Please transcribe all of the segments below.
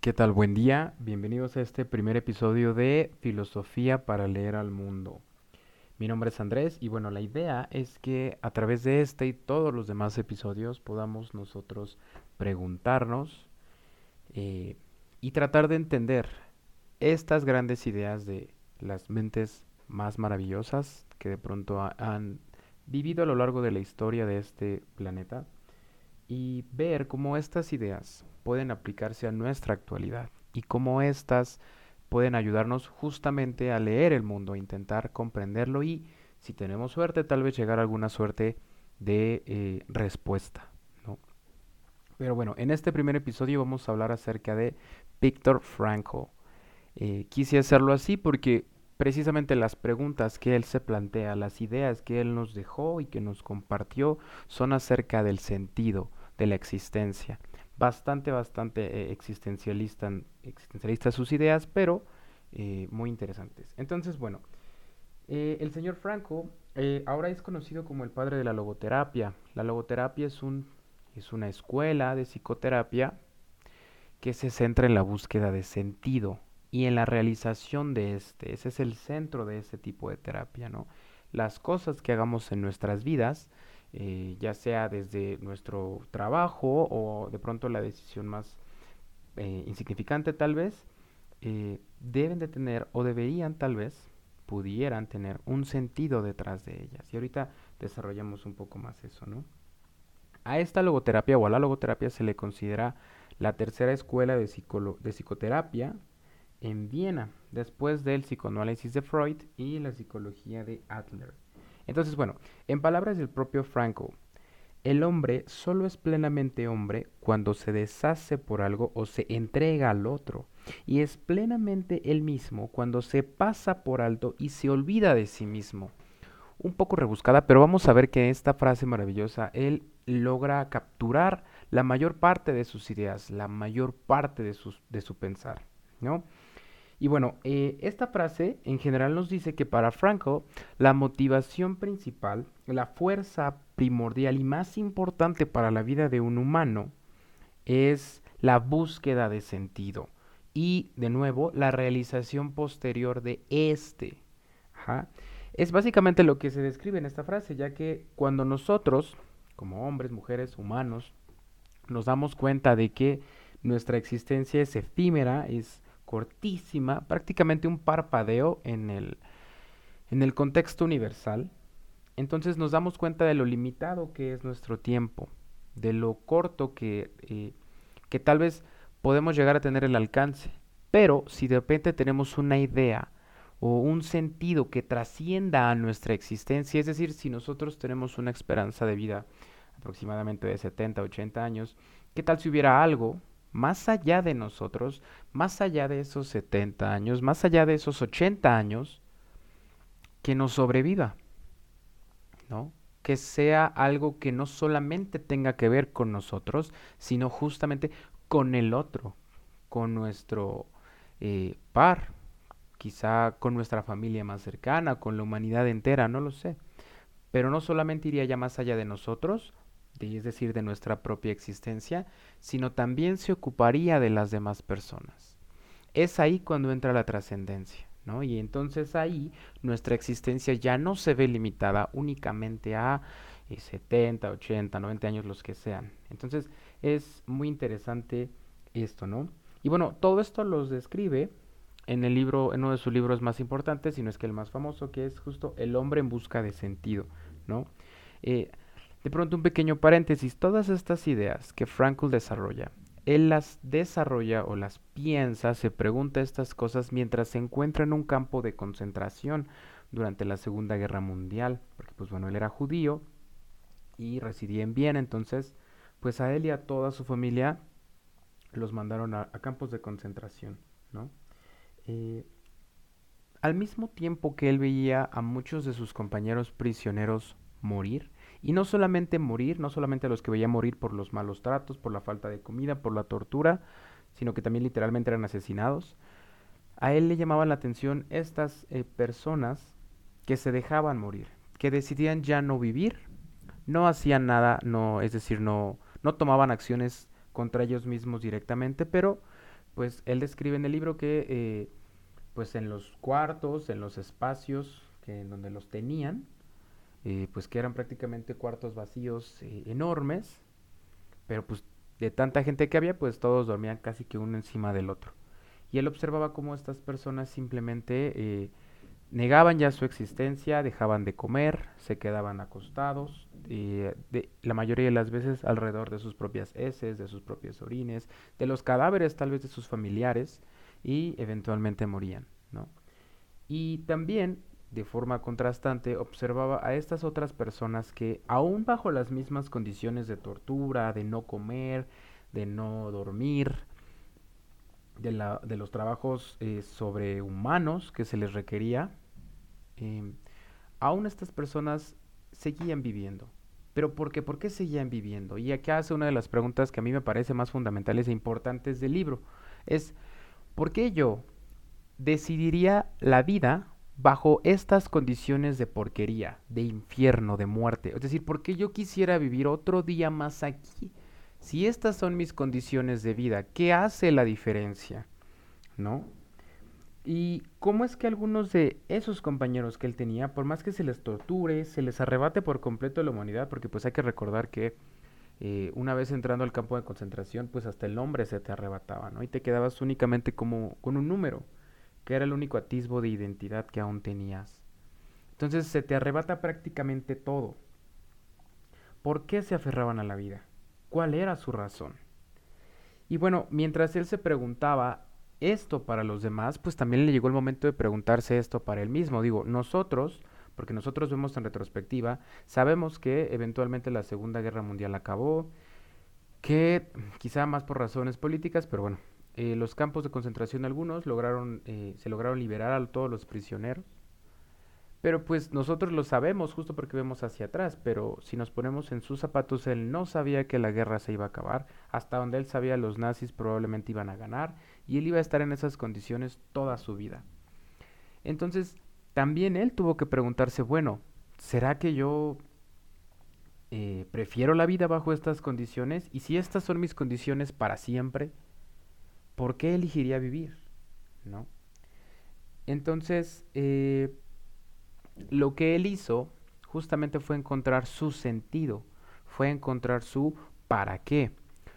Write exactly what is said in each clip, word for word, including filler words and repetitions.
¿Qué tal? Buen día. Bienvenidos a este primer episodio de Filosofía para leer al mundo. Mi nombre es Andrés y bueno, la idea es que a través de este y todos los demás episodios podamos nosotros preguntarnos eh, y tratar de entender estas grandes ideas de las mentes más maravillosas que de pronto ha- han vivido a lo largo de la historia de este planeta y ver cómo estas ideas pueden aplicarse a nuestra actualidad y cómo estas pueden ayudarnos justamente a leer el mundo, a intentar comprenderlo y, si tenemos suerte, tal vez llegar a alguna suerte de eh, respuesta, ¿no? Pero bueno, en este primer episodio vamos a hablar acerca de Viktor Frankl. Eh, quise hacerlo así porque precisamente las preguntas que él se plantea, las ideas que él nos dejó y que nos compartió son acerca del sentido de la existencia. Bastante, bastante eh, existencialista, existencialistas sus ideas, pero eh, muy interesantes. Entonces, bueno, eh, el señor Franco eh, ahora es conocido como el padre de la logoterapia. La logoterapia es un, es una escuela de psicoterapia que se centra en la búsqueda de sentido y en la realización de este. Ese es el centro de este tipo de terapia, ¿no? Las cosas que hagamos en nuestras vidas, eh, ya sea desde nuestro trabajo o de pronto la decisión más eh, insignificante tal vez, eh, deben de tener o deberían tal vez, pudieran tener un sentido detrás de ellas. Y ahorita desarrollamos un poco más eso, ¿no? A esta logoterapia o a la logoterapia se le considera la tercera escuela de, psicolo- de psicoterapia en Viena, después del psicoanálisis de Freud y la psicología de Adler. Entonces, bueno, en palabras del propio Frankl, el hombre solo es plenamente hombre cuando se deshace por algo o se entrega al otro, y es plenamente él mismo cuando se pasa por alto y se olvida de sí mismo. Un poco rebuscada, pero vamos a ver que esta frase maravillosa, él logra capturar la mayor parte de sus ideas, la mayor parte de, sus, de su pensar, ¿no? Y bueno, eh, esta frase en general nos dice que para Frankl la motivación principal, la fuerza primordial y más importante para la vida de un humano es la búsqueda de sentido y, de nuevo, la realización posterior de este. Ajá. Es básicamente lo que se describe en esta frase, ya que cuando nosotros, como hombres, mujeres, humanos, nos damos cuenta de que nuestra existencia es efímera, es cortísima, prácticamente un parpadeo en el, en el contexto universal, entonces nos damos cuenta de lo limitado que es nuestro tiempo, de lo corto que, eh, que tal vez podemos llegar a tener el alcance. Pero si de repente tenemos una idea o un sentido que trascienda a nuestra existencia, es decir, si nosotros tenemos una esperanza de vida aproximadamente de setenta, ochenta años, ¿qué tal si hubiera algo más allá de nosotros, más allá de esos setenta años, más allá de esos ochenta años, que nos sobreviva, ¿no? Que sea algo que no solamente tenga que ver con nosotros, sino justamente con el otro, con nuestro eh, par, quizá con nuestra familia más cercana, con la humanidad entera, no lo sé. Pero no solamente iría ya más allá de nosotros, de- es decir, de nuestra propia existencia, sino también se ocuparía de las demás personas. Es ahí cuando entra la trascendencia, ¿no? Y entonces ahí nuestra existencia ya no se ve limitada únicamente a eh, setenta, ochenta, noventa años, los que sean. Entonces es muy interesante esto, ¿no? Y bueno, todo esto los describe en el libro, en uno de sus libros más importantes, si no es que el más famoso, que es justo El hombre en busca de sentido, ¿no? Eh, de pronto un pequeño paréntesis, todas estas ideas que Frankl desarrolla, él las desarrolla o las piensa, se pregunta estas cosas mientras se encuentra en un campo de concentración durante la Segunda Guerra Mundial, porque pues bueno, él era judío y residía en Viena, entonces pues a él y a toda su familia los mandaron a, a campos de concentración, ¿no? Eh, Al mismo tiempo que él veía a muchos de sus compañeros prisioneros morir, y no solamente morir, no solamente a los que veía morir por los malos tratos, por la falta de comida, por la tortura, sino que también literalmente eran asesinados, a él le llamaban la atención estas eh, personas que se dejaban morir, que decidían ya no vivir, no hacían nada, no, es decir, no, no tomaban acciones contra ellos mismos directamente, pero pues él describe en el libro que eh, pues en los cuartos, en los espacios que en donde los tenían, eh, pues que eran prácticamente cuartos vacíos eh, enormes, pero pues de tanta gente que había, pues todos dormían casi que uno encima del otro. Y él observaba cómo estas personas simplemente eh, negaban ya su existencia, dejaban de comer, se quedaban acostados, eh, de, la mayoría de las veces alrededor de sus propias heces, de sus propios orines, de los cadáveres tal vez de sus familiares, y eventualmente morían, ¿no? Y también, de forma contrastante, observaba a estas otras personas que, aún bajo las mismas condiciones de tortura, de no comer, de no dormir, de, la, de los trabajos eh, sobrehumanos que se les requería, eh, aún estas personas seguían viviendo. ¿Pero por qué? ¿Por qué seguían viviendo? Y aquí hace una de las preguntas que a mí me parece más fundamentales e importantes del libro. Es, ¿por qué yo decidiría la vida bajo estas condiciones de porquería, de infierno, de muerte? Es decir, ¿por qué yo quisiera vivir otro día más aquí? Si estas son mis condiciones de vida, ¿qué hace la diferencia? ¿No? ¿Y cómo es que algunos de esos compañeros que él tenía, por más que se les torture, se les arrebate por completo la humanidad, porque pues hay que recordar que eh, una vez entrando al campo de concentración, pues hasta el nombre se te arrebataba, ¿no? Y te quedabas únicamente como con un número, que era el único atisbo de identidad que aún tenías. Entonces se te arrebata prácticamente todo. ¿Por qué se aferraban a la vida? ¿Cuál era su razón? Y bueno, mientras él se preguntaba esto para los demás, pues también le llegó el momento de preguntarse esto para él mismo. Digo, nosotros, porque nosotros vemos en retrospectiva, sabemos que eventualmente la Segunda Guerra Mundial acabó, que quizá más por razones políticas, pero bueno, eh, los campos de concentración algunos lograron, eh, se lograron liberar a todos los prisioneros. Pero pues nosotros lo sabemos justo porque vemos hacia atrás, pero si nos ponemos en sus zapatos, él no sabía que la guerra se iba a acabar, hasta donde él sabía los nazis probablemente iban a ganar y él iba a estar en esas condiciones toda su vida. Entonces, también él tuvo que preguntarse, bueno, ¿será que yo eh, prefiero la vida bajo estas condiciones? Y si estas son mis condiciones para siempre, ¿por qué elegiría vivir? ¿No? Entonces, eh, lo que él hizo justamente fue encontrar su sentido, fue encontrar su para qué.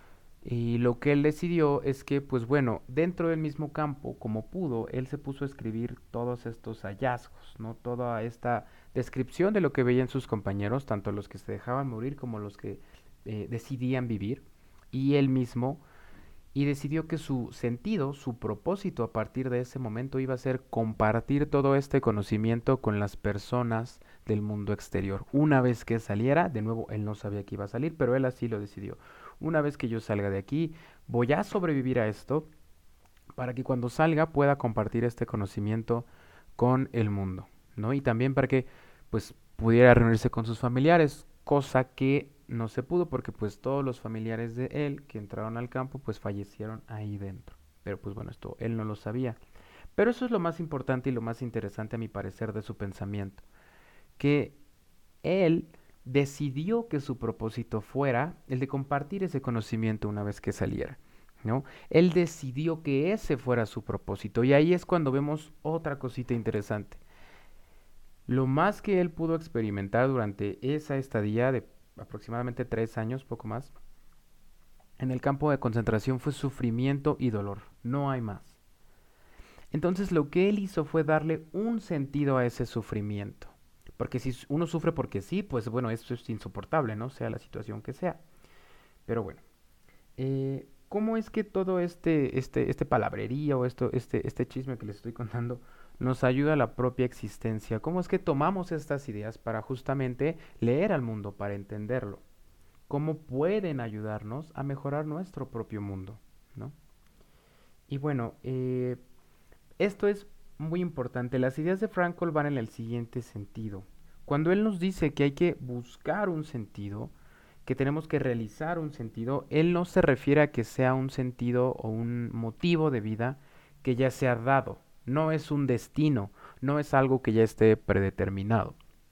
Y lo que él decidió es que, pues bueno, dentro del mismo campo, como pudo, él se puso a escribir todos estos hallazgos, ¿no? Toda esta descripción de lo que veían sus compañeros, tanto los que se dejaban morir como los que eh, decidían vivir. Y él mismo y decidió que su sentido, su propósito a partir de ese momento iba a ser compartir todo este conocimiento con las personas del mundo exterior. Una vez que saliera, de nuevo, él no sabía que iba a salir, pero él así lo decidió. Una vez que yo salga de aquí, voy a sobrevivir a esto para que cuando salga pueda compartir este conocimiento con el mundo, ¿no? Y también para que pues pudiera reunirse con sus familiares, cosa que no se pudo porque pues todos los familiares de él que entraron al campo pues fallecieron ahí dentro. Pero pues bueno, esto él no lo sabía. Pero eso es lo más importante y lo más interesante a mi parecer de su pensamiento, que él decidió que su propósito fuera el de compartir ese conocimiento una vez que saliera, ¿no? Él decidió que ese fuera su propósito y ahí es cuando vemos otra cosita interesante. Lo más que él pudo experimentar durante esa estadía de aproximadamente tres años, poco más, en el campo de concentración fue sufrimiento y dolor, no hay más. Entonces lo que él hizo fue darle un sentido a ese sufrimiento. Porque si uno sufre porque sí, pues bueno, esto es insoportable, ¿no? Sea la situación que sea. Pero bueno, eh, ¿cómo es que todo este, este, este palabrería o esto, este, este chisme que les estoy contando nos ayuda a la propia existencia? ¿Cómo es que tomamos estas ideas para justamente leer al mundo, para entenderlo? ¿Cómo pueden ayudarnos a mejorar nuestro propio mundo? ¿No? Y bueno, eh, esto es muy importante. Las ideas de Frankl van en el siguiente sentido. Cuando él nos dice que hay que buscar un sentido, que tenemos que realizar un sentido, él no se refiere a que sea un sentido o un motivo de vida que ya sea dado. No es un destino, no es algo que ya esté predeterminado.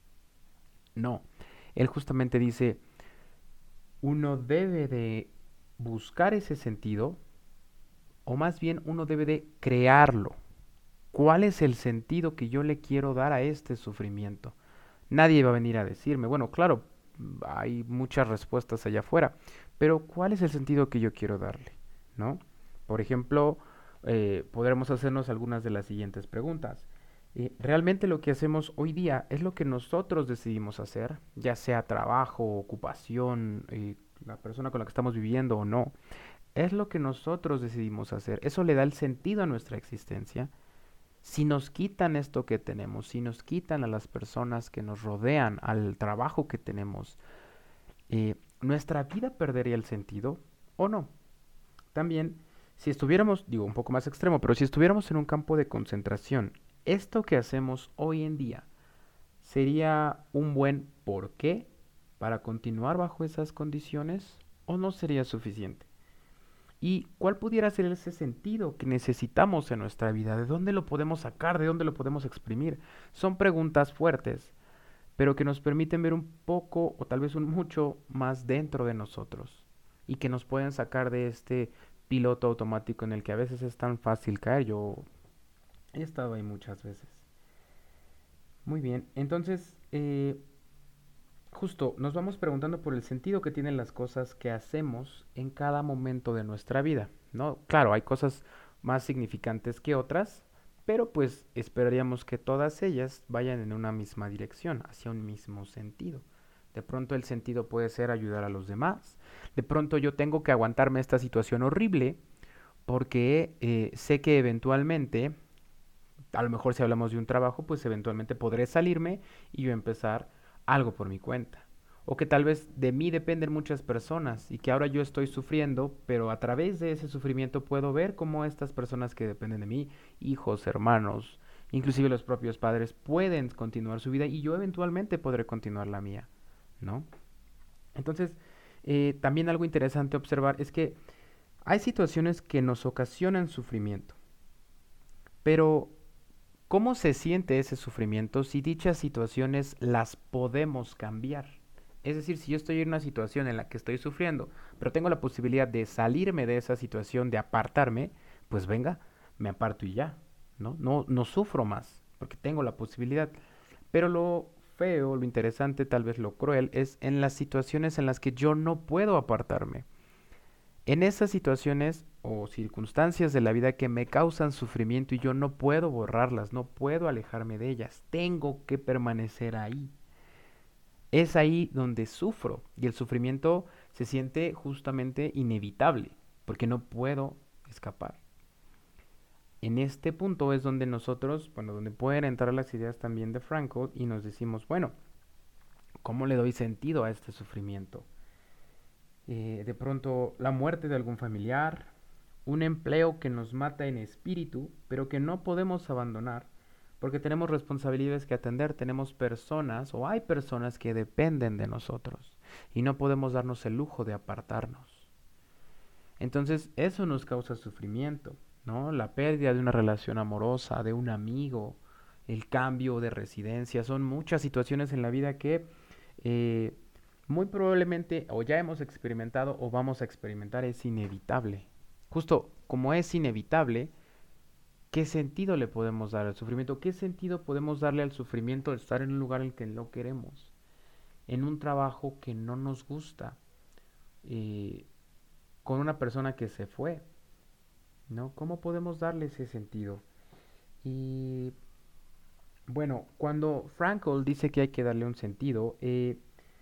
No. Él justamente dice, uno debe de buscar ese sentido o más bien uno debe de crearlo. ¿Cuál es el sentido que yo le quiero dar a este sufrimiento? Nadie va a venir a decirme, bueno, claro, hay muchas respuestas allá afuera, pero ¿cuál es el sentido que yo quiero darle? ¿No? Por ejemplo, eh, podremos hacernos algunas de las siguientes preguntas. Eh, ¿Realmente lo que hacemos hoy día es lo que nosotros decidimos hacer? Ya sea trabajo, ocupación, eh, la persona con la que estamos viviendo o no. ¿Es lo que nosotros decidimos hacer? ¿Eso le da el sentido a nuestra existencia? Si nos quitan esto que tenemos, si nos quitan a las personas que nos rodean, al trabajo que tenemos, eh, ¿nuestra vida perdería el sentido o no? También, si estuviéramos, digo un poco más extremo, pero si estuviéramos en un campo de concentración, ¿esto que hacemos hoy en día sería un buen porqué para continuar bajo esas condiciones o no sería suficiente? ¿Y cuál pudiera ser ese sentido que necesitamos en nuestra vida? ¿De dónde lo podemos sacar? ¿De dónde lo podemos exprimir? Son preguntas fuertes, pero que nos permiten ver un poco o tal vez un mucho más dentro de nosotros y que nos pueden sacar de este piloto automático en el que a veces es tan fácil caer. Yo he estado ahí muchas veces. Muy bien, entonces, eh, justo nos vamos preguntando por el sentido que tienen las cosas que hacemos en cada momento de nuestra vida, ¿no? Claro, hay cosas más significantes que otras, pero pues esperaríamos que todas ellas vayan en una misma dirección, hacia un mismo sentido. De pronto el sentido puede ser ayudar a los demás. De pronto yo tengo que aguantarme esta situación horrible porque eh, sé que eventualmente, a lo mejor si hablamos de un trabajo, pues eventualmente podré salirme y yo empezar algo por mi cuenta. O que tal vez de mí dependen muchas personas y que ahora yo estoy sufriendo, pero a través de ese sufrimiento puedo ver cómo estas personas que dependen de mí, hijos, hermanos, inclusive los propios padres, pueden continuar su vida y yo eventualmente podré continuar la mía, ¿no? Entonces, eh, también algo interesante observar es que hay situaciones que nos ocasionan sufrimiento, pero ¿cómo se siente ese sufrimiento si dichas situaciones las podemos cambiar? Es decir, si yo estoy en una situación en la que estoy sufriendo, pero tengo la posibilidad de salirme de esa situación, de apartarme, pues venga, me aparto y ya, ¿no? No, no sufro más, porque tengo la posibilidad. Pero lo feo, lo interesante, tal vez lo cruel, es en las situaciones en las que yo no puedo apartarme. En esas situaciones o circunstancias de la vida que me causan sufrimiento y yo no puedo borrarlas, no puedo alejarme de ellas, tengo que permanecer ahí. Es ahí donde sufro y el sufrimiento se siente justamente inevitable, porque no puedo escapar. En este punto es donde nosotros, bueno, donde pueden entrar las ideas también de Frankl y nos decimos, bueno, ¿cómo le doy sentido a este sufrimiento? Eh, de pronto la muerte de algún familiar, un empleo que nos mata en espíritu, pero que no podemos abandonar, porque tenemos responsabilidades que atender, tenemos personas o hay personas que dependen de nosotros y no podemos darnos el lujo de apartarnos. Entonces eso nos causa sufrimiento, ¿no? La pérdida de una relación amorosa, de un amigo, el cambio de residencia, son muchas situaciones en la vida que eh, muy probablemente o ya hemos experimentado o vamos a experimentar, es inevitable. Justo como es inevitable, ¿qué sentido le podemos dar al sufrimiento? ¿Qué sentido podemos darle al sufrimiento de estar en un lugar en el que no queremos? En un trabajo que no nos gusta, eh, con una persona que se fue, ¿no? ¿Cómo podemos darle ese sentido? Y bueno, cuando Frankl dice que hay que darle un sentido, eh,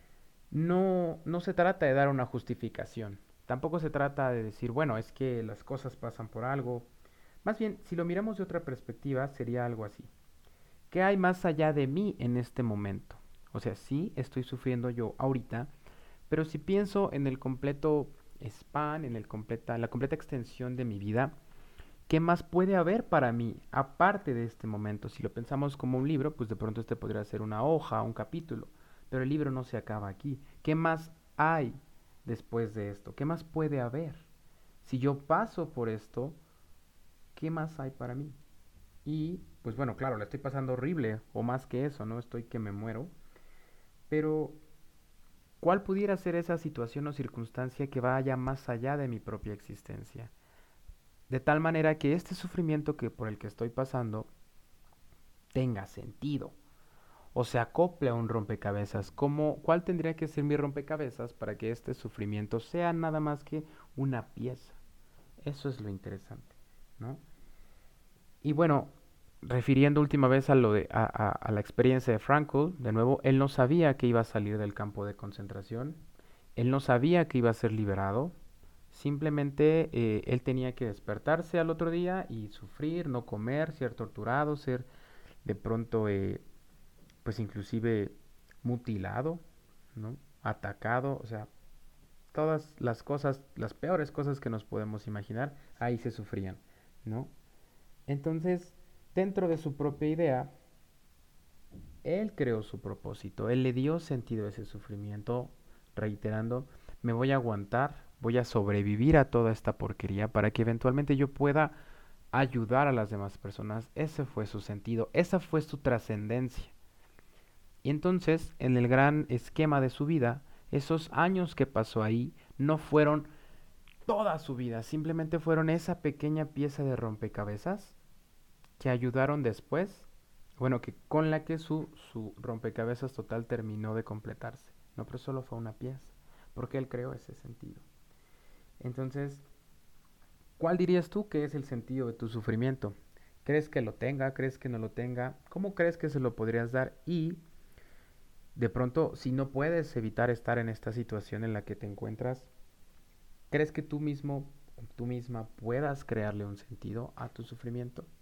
no, no se trata de dar una justificación. Tampoco se trata de decir, bueno, es que las cosas pasan por algo. Más bien, si lo miramos de otra perspectiva, sería algo así. ¿Qué hay más allá de mí en este momento? O sea, sí estoy sufriendo yo ahorita, pero si pienso en el completo span, en el completa, en la completa extensión de mi vida, ¿qué más puede haber para mí aparte de este momento? Si lo pensamos como un libro, pues de pronto este podría ser una hoja, un capítulo, pero el libro no se acaba aquí. ¿Qué más hay después de esto? ¿Qué más puede haber? Si yo paso por esto, ¿qué más hay para mí? Y pues bueno, claro, la estoy pasando horrible, o más que eso, ¿no? Estoy que me muero, pero ¿cuál pudiera ser esa situación o circunstancia que vaya más allá de mi propia existencia? de tal manera que este sufrimiento que por el que estoy pasando tenga sentido o se acople a un rompecabezas. ¿Cómo, cuál tendría que ser mi rompecabezas para que este sufrimiento sea nada más que una pieza? Eso es lo interesante, ¿no? Y bueno, refiriendo última vez a, lo de, a, a- a la experiencia de Frankl, de nuevo, él no sabía que iba a salir del campo de concentración, él no sabía que iba a ser liberado, simplemente eh, él tenía que despertarse al otro día y sufrir, no comer, ser torturado, ser de pronto, eh, pues inclusive mutilado, ¿no? Atacado, o sea, todas las cosas, las peores cosas que nos podemos imaginar, ahí se sufrían, ¿no? Entonces, dentro de su propia idea, él creó su propósito, él le dio sentido a ese sufrimiento, reiterando, me voy a aguantar, voy a sobrevivir a toda esta porquería para que eventualmente yo pueda ayudar a las demás personas. Ese fue su sentido, esa fue su trascendencia. Y entonces, en el gran esquema de su vida, esos años que pasó ahí no fueron toda su vida, simplemente fueron esa pequeña pieza de rompecabezas que ayudaron después, bueno, que con la que su, su rompecabezas total terminó de completarse. No, pero solo fue una pieza, porque él creó ese sentido. Entonces, ¿cuál dirías tú que es el sentido de tu sufrimiento? ¿Crees que lo tenga? ¿Crees que no lo tenga? ¿Cómo crees que se lo podrías dar? Y de pronto, si no puedes evitar estar en esta situación en la que te encuentras, ¿crees que tú mismo, tú misma puedas crearle un sentido a tu sufrimiento?